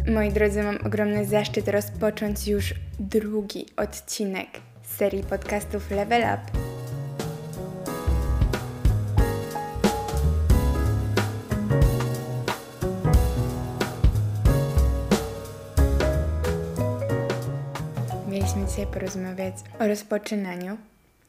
Moi drodzy, mam ogromny zaszczyt rozpocząć już drugi odcinek serii podcastów Level Up. Mieliśmy dzisiaj porozmawiać o rozpoczynaniu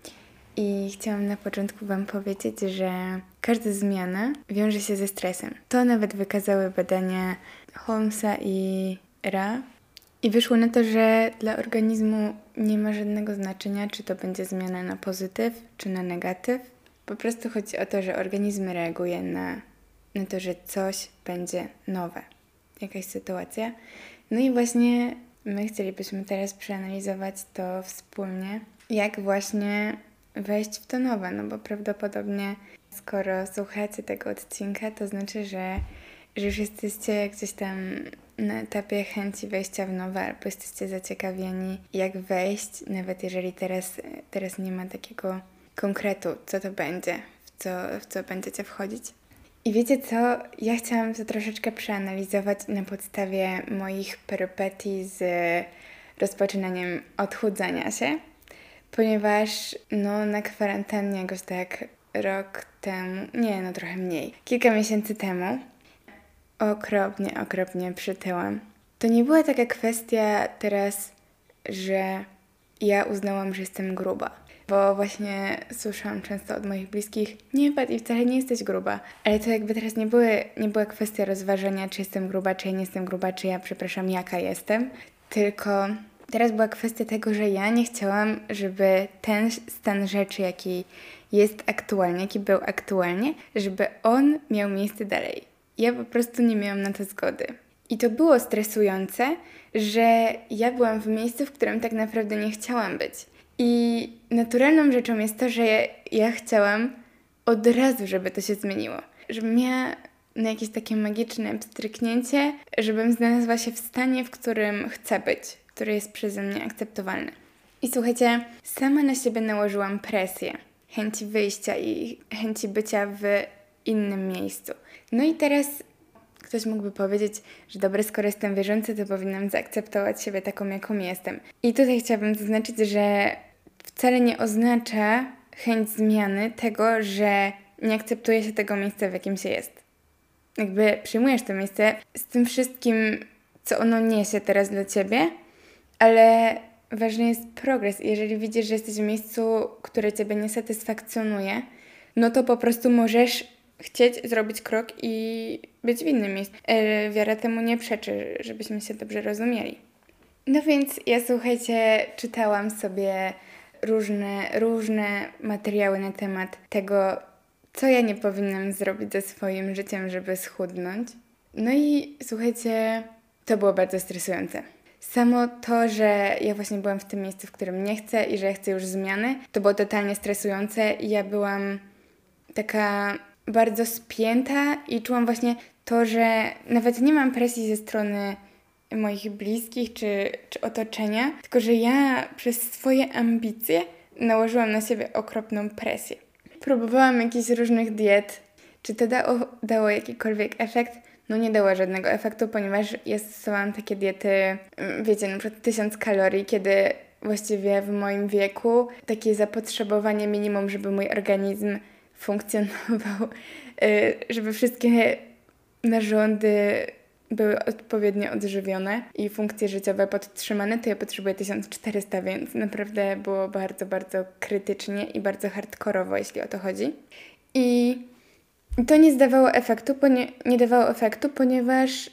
i chciałam na początku Wam powiedzieć, że każda zmiana wiąże się ze stresem. To nawet wykazały badania Holmesa i Ra. I wyszło na to, że dla organizmu nie ma żadnego znaczenia, czy to będzie zmiana na pozytyw, czy na negatyw. Po prostu chodzi o to, że organizm reaguje na to, że coś będzie nowe. Jakaś sytuacja. No i właśnie my chcielibyśmy teraz przeanalizować to wspólnie, jak właśnie wejść w to nowe, no bo prawdopodobnie skoro słuchacie tego odcinka, to znaczy, że już jesteście gdzieś tam na etapie chęci wejścia w nowe, albo jesteście zaciekawieni, jak wejść, nawet jeżeli teraz nie ma takiego konkretu, co to będzie, w co będziecie wchodzić. I wiecie co? Ja chciałam to troszeczkę przeanalizować na podstawie moich perypetii z rozpoczynaniem odchudzania się, ponieważ na kwarantannie jakoś tak rok temu, trochę mniej, kilka miesięcy temu okropnie przytyłam. To nie była taka kwestia teraz, że ja uznałam, że jestem gruba. Bo właśnie słyszałam często od moich bliskich, nie Pati, wcale nie jesteś gruba. Ale to jakby teraz nie była kwestia rozważania, czy jestem gruba, czy ja nie jestem gruba, czy ja, przepraszam, jaka jestem. Tylko teraz była kwestia tego, że ja nie chciałam, żeby ten stan rzeczy, jaki jest aktualnie, jaki był aktualnie, żeby on miał miejsce dalej. Ja po prostu nie miałam na to zgody. I to było stresujące, że ja byłam w miejscu, w którym tak naprawdę nie chciałam być. I naturalną rzeczą jest to, że ja chciałam od razu, żeby to się zmieniło. Żebym miała na jakieś takie magiczne pstryknięcie, żebym znalazła się w stanie, w którym chcę być, który jest przeze mnie akceptowalny. I słuchajcie, sama na siebie nałożyłam presję, chęci wyjścia i chęci bycia w innym miejscu. No i teraz ktoś mógłby powiedzieć, że dobra, skoro jestem wierzący, to powinnam zaakceptować siebie taką, jaką jestem. I tutaj chciałabym zaznaczyć, że wcale nie oznacza chęć zmiany tego, że nie akceptuje się tego miejsca, w jakim się jest. Jakby przyjmujesz to miejsce z tym wszystkim, co ono niesie teraz dla Ciebie, ale ważny jest progres. I jeżeli widzisz, że jesteś w miejscu, które Ciebie nie satysfakcjonuje, no to po prostu możesz chcieć zrobić krok i być w innym miejscu. Wiara temu nie przeczy, żebyśmy się dobrze rozumieli. No więc ja, słuchajcie, czytałam sobie różne materiały na temat tego, co ja nie powinnam zrobić ze swoim życiem, żeby schudnąć. No i słuchajcie, to było bardzo stresujące. Samo to, że ja właśnie byłam w tym miejscu, w którym nie chcę i że ja chcę już zmiany, to było totalnie stresujące i ja byłam taka bardzo spięta i czułam właśnie to, że nawet nie mam presji ze strony moich bliskich czy otoczenia, tylko że ja przez swoje ambicje nałożyłam na siebie okropną presję. Próbowałam jakichś różnych diet. Czy to dało jakikolwiek efekt? No nie dało żadnego efektu, ponieważ ja stosowałam takie diety, wiecie, na przykład 1000 kalorii, kiedy właściwie w moim wieku takie zapotrzebowanie minimum, żeby mój organizm funkcjonował, żeby wszystkie narządy były odpowiednio odżywione i funkcje życiowe podtrzymane, to ja potrzebuję 1400, więc naprawdę było bardzo, bardzo krytycznie i bardzo hardkorowo, jeśli o to chodzi. I to nie dawało efektu, ponieważ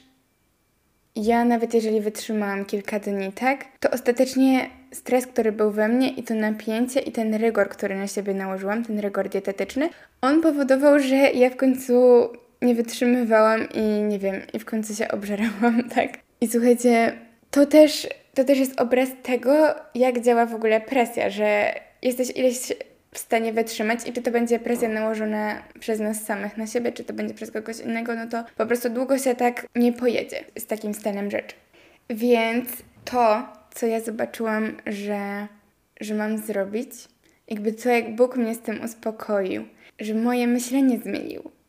ja nawet jeżeli wytrzymałam kilka dni tak, to ostatecznie stres, który był we mnie i to napięcie i ten rygor, który na siebie nałożyłam, ten rygor dietetyczny, on powodował, że ja w końcu nie wytrzymywałam i nie wiem, i w końcu się obżerałam, tak? I słuchajcie, to też jest obraz tego, jak działa w ogóle presja, że jesteś ileś w stanie wytrzymać i czy to będzie presja nałożona przez nas samych na siebie, czy to będzie przez kogoś innego, no to po prostu długo się tak nie pojedzie z takim stanem rzeczy. Więc to, co ja zobaczyłam, że mam zrobić, jakby co, jak Bóg mnie z tym uspokoił, że moje myślenie zmienił,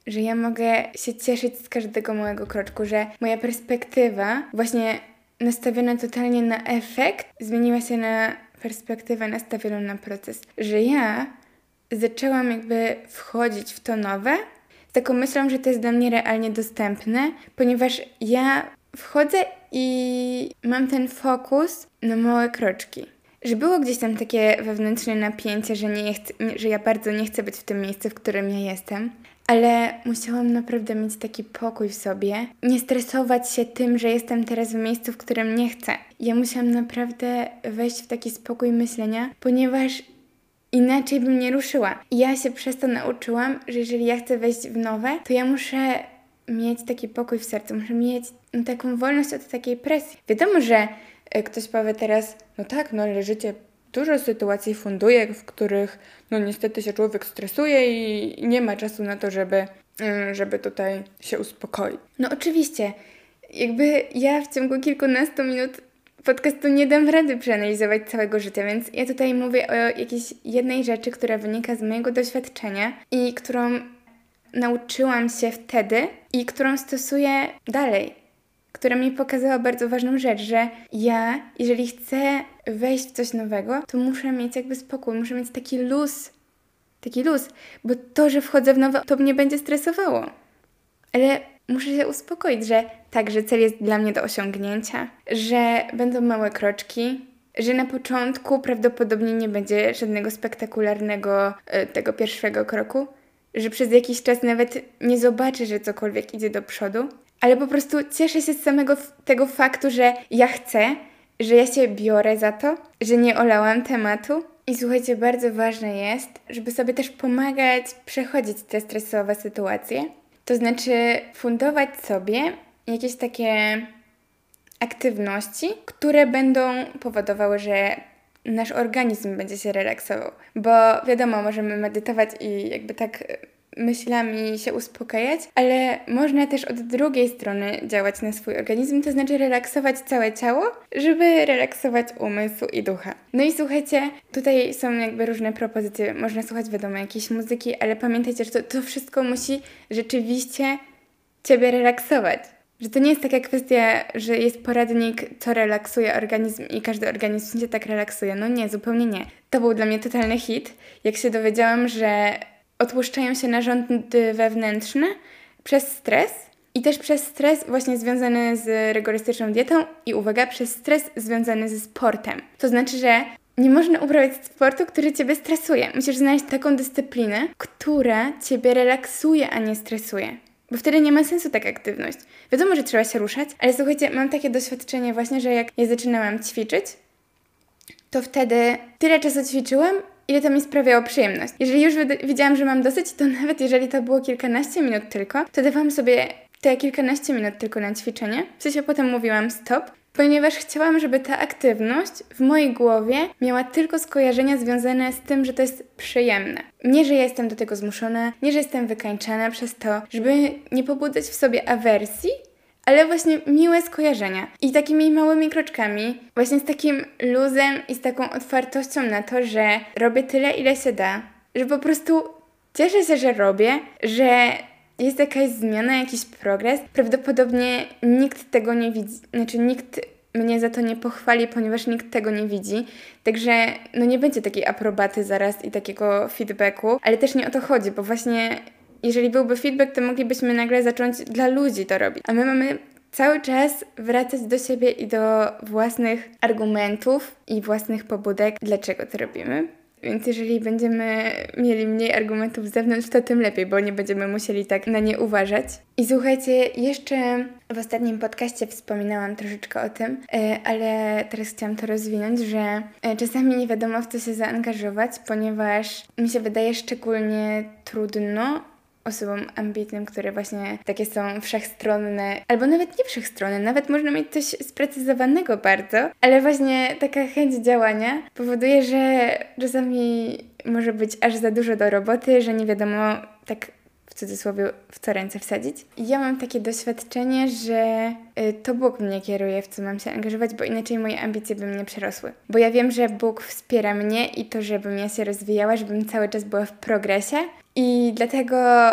że ja mogę się cieszyć z każdego małego kroczku, że moja perspektywa właśnie nastawiona totalnie na efekt zmieniła się na perspektywę nastawioną na proces. Że ja zaczęłam jakby wchodzić w to nowe z taką myślą, że to jest dla mnie realnie dostępne, ponieważ ja wchodzę i mam ten fokus na małe kroczki. Że było gdzieś tam takie wewnętrzne napięcie, że ja bardzo nie chcę być w tym miejscu, w którym ja jestem, ale musiałam naprawdę mieć taki pokój w sobie, nie stresować się tym, że jestem teraz w miejscu, w którym nie chcę. Ja musiałam naprawdę wejść w taki spokój myślenia, ponieważ inaczej bym nie ruszyła. I ja się przez to nauczyłam, że jeżeli ja chcę wejść w nowe, to ja muszę mieć taki pokój w sercu, muszę mieć taką wolność od takiej presji. Wiadomo, że ktoś powie teraz, no tak, no ale życie dużo sytuacji funduje, w których no niestety się człowiek stresuje i nie ma czasu na to, żeby tutaj się uspokoić. No oczywiście, jakby ja w ciągu kilkunastu minut podcastu nie dam rady przeanalizować całego życia, więc ja tutaj mówię o jakiejś jednej rzeczy, która wynika z mojego doświadczenia i którą nauczyłam się wtedy i którą stosuję dalej, która mi pokazała bardzo ważną rzecz, że ja, jeżeli chcę wejść w coś nowego, to muszę mieć jakby spokój, muszę mieć taki luz, bo to, że wchodzę w nowe, to mnie będzie stresowało. Ale muszę się uspokoić, że tak, że cel jest dla mnie do osiągnięcia, że będą małe kroczki, że na początku prawdopodobnie nie będzie żadnego spektakularnego tego pierwszego kroku, że przez jakiś czas nawet nie zobaczę, że cokolwiek idzie do przodu, ale po prostu cieszę się z samego tego faktu, że ja chcę, że ja się biorę za to, że nie olałam tematu. I słuchajcie, bardzo ważne jest, żeby sobie też pomagać przechodzić te stresowe sytuacje. To znaczy fundować sobie jakieś takie aktywności, które będą powodowały, że nasz organizm będzie się relaksował. Bo wiadomo, możemy medytować i jakby tak myślami się uspokajać, ale można też od drugiej strony działać na swój organizm, to znaczy relaksować całe ciało, żeby relaksować umysł i ducha. No i słuchajcie, tutaj są jakby różne propozycje, można słuchać wiadomo jakiejś muzyki, ale pamiętajcie, że to wszystko musi rzeczywiście Ciebie relaksować. Że to nie jest taka kwestia, że jest poradnik, co relaksuje organizm i każdy organizm się tak relaksuje. No nie, zupełnie nie. To był dla mnie totalny hit, jak się dowiedziałam, że odpuszczają się narządy wewnętrzne przez stres i też przez stres właśnie związany z rygorystyczną dietą i uwaga, przez stres związany ze sportem. To znaczy, że nie można uprawiać sportu, który Ciebie stresuje. Musisz znaleźć taką dyscyplinę, która Ciebie relaksuje, a nie stresuje. Bo wtedy nie ma sensu taka aktywność. Wiadomo, że trzeba się ruszać, ale słuchajcie, mam takie doświadczenie właśnie, że jak ja zaczynałam ćwiczyć, to wtedy tyle czasu ćwiczyłam, ile to mi sprawiało przyjemność. Jeżeli już wiedziałam, że mam dosyć, to nawet jeżeli to było kilkanaście minut tylko, to dawałam sobie te kilkanaście minut tylko na ćwiczenie. W sensie potem mówiłam stop, ponieważ chciałam, żeby ta aktywność w mojej głowie miała tylko skojarzenia związane z tym, że to jest przyjemne. Nie, że ja jestem do tego zmuszona, nie, że jestem wykańczana przez to, żeby nie pobudzać w sobie awersji, ale właśnie miłe skojarzenia. I takimi małymi kroczkami, właśnie z takim luzem i z taką otwartością na to, że robię tyle, ile się da, że po prostu cieszę się, że robię, że jest jakaś zmiana, jakiś progres. Prawdopodobnie nikt tego nie widzi, nikt mnie za to nie pochwali, ponieważ nikt tego nie widzi. Także nie będzie takiej aprobaty zaraz i takiego feedbacku, ale też nie o to chodzi, bo właśnie jeżeli byłby feedback, to moglibyśmy nagle zacząć dla ludzi to robić. A my mamy cały czas wracać do siebie i do własnych argumentów i własnych pobudek, dlaczego to robimy. Więc jeżeli będziemy mieli mniej argumentów z zewnątrz, to tym lepiej, bo nie będziemy musieli tak na nie uważać. I słuchajcie, jeszcze w ostatnim podcaście wspominałam troszeczkę o tym, ale teraz chciałam to rozwinąć, że czasami nie wiadomo, w co się zaangażować, ponieważ mi się wydaje szczególnie trudno osobom ambitnym, które właśnie takie są wszechstronne, albo nawet nie wszechstronne, nawet można mieć coś sprecyzowanego bardzo, ale właśnie taka chęć działania powoduje, że czasami może być aż za dużo do roboty, że nie wiadomo tak w cudzysłowie w co ręce wsadzić. I ja mam takie doświadczenie, że to Bóg mnie kieruje, w co mam się angażować, bo inaczej moje ambicje by mnie przerosły. Bo ja wiem, że Bóg wspiera mnie i to, żebym ja się rozwijała, żebym cały czas była w progresie i dlatego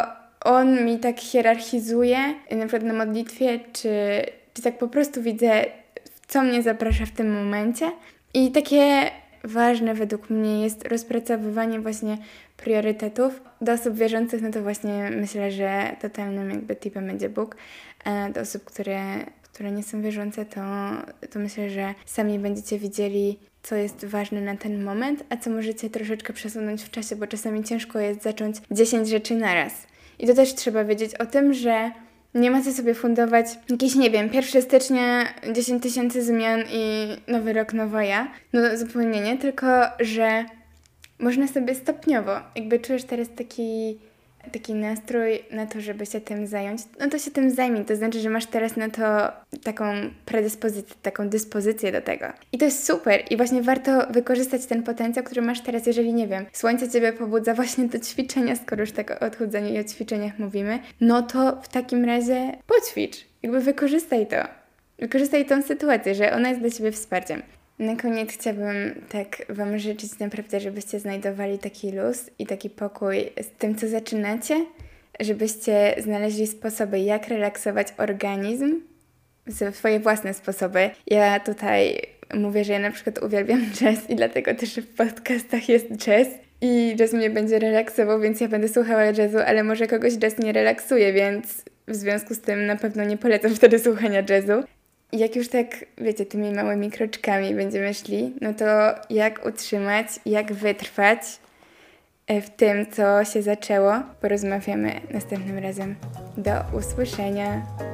on mi tak hierarchizuje, na przykład na modlitwie, czy tak po prostu widzę, co mnie zaprasza w tym momencie. I takie ważne według mnie jest rozpracowywanie właśnie priorytetów. Do osób wierzących, no to właśnie myślę, że totalnym jakby tipem będzie Bóg. Do osób, które nie są wierzące, to myślę, że sami będziecie widzieli, co jest ważne na ten moment, a co możecie troszeczkę przesunąć w czasie, bo czasami ciężko jest zacząć 10 rzeczy naraz. I to też trzeba wiedzieć o tym, że nie macie sobie fundować jakieś, nie wiem, 1 stycznia 10 000 zmian i nowy rok, nowa ja. No zupełnie nie, tylko że można sobie stopniowo, jakby czujesz teraz taki nastrój na to, żeby się tym zająć, no to się tym zajmij. To znaczy, że masz teraz na to taką predyspozycję, taką dyspozycję do tego. I to jest super i właśnie warto wykorzystać ten potencjał, który masz teraz, jeżeli, nie wiem, słońce Ciebie pobudza właśnie do ćwiczenia, skoro już tak o odchudzaniu i o ćwiczeniach mówimy, no to w takim razie poćwicz. Jakby wykorzystaj to. Wykorzystaj tą sytuację, że ona jest dla Ciebie wsparciem. Na koniec chciałabym tak Wam życzyć naprawdę, żebyście znajdowali taki luz i taki pokój z tym, co zaczynacie, żebyście znaleźli sposoby, jak relaksować organizm, swoje własne sposoby. Ja tutaj mówię, że ja na przykład uwielbiam jazz i dlatego też w podcastach jest jazz i jazz mnie będzie relaksował, więc ja będę słuchała jazzu, ale może kogoś jazz nie relaksuje, więc w związku z tym na pewno nie polecam wtedy słuchania jazzu. I jak już tak, wiecie, tymi małymi kroczkami będziemy szli, no to jak utrzymać, jak wytrwać w tym, co się zaczęło, porozmawiamy następnym razem. Do usłyszenia!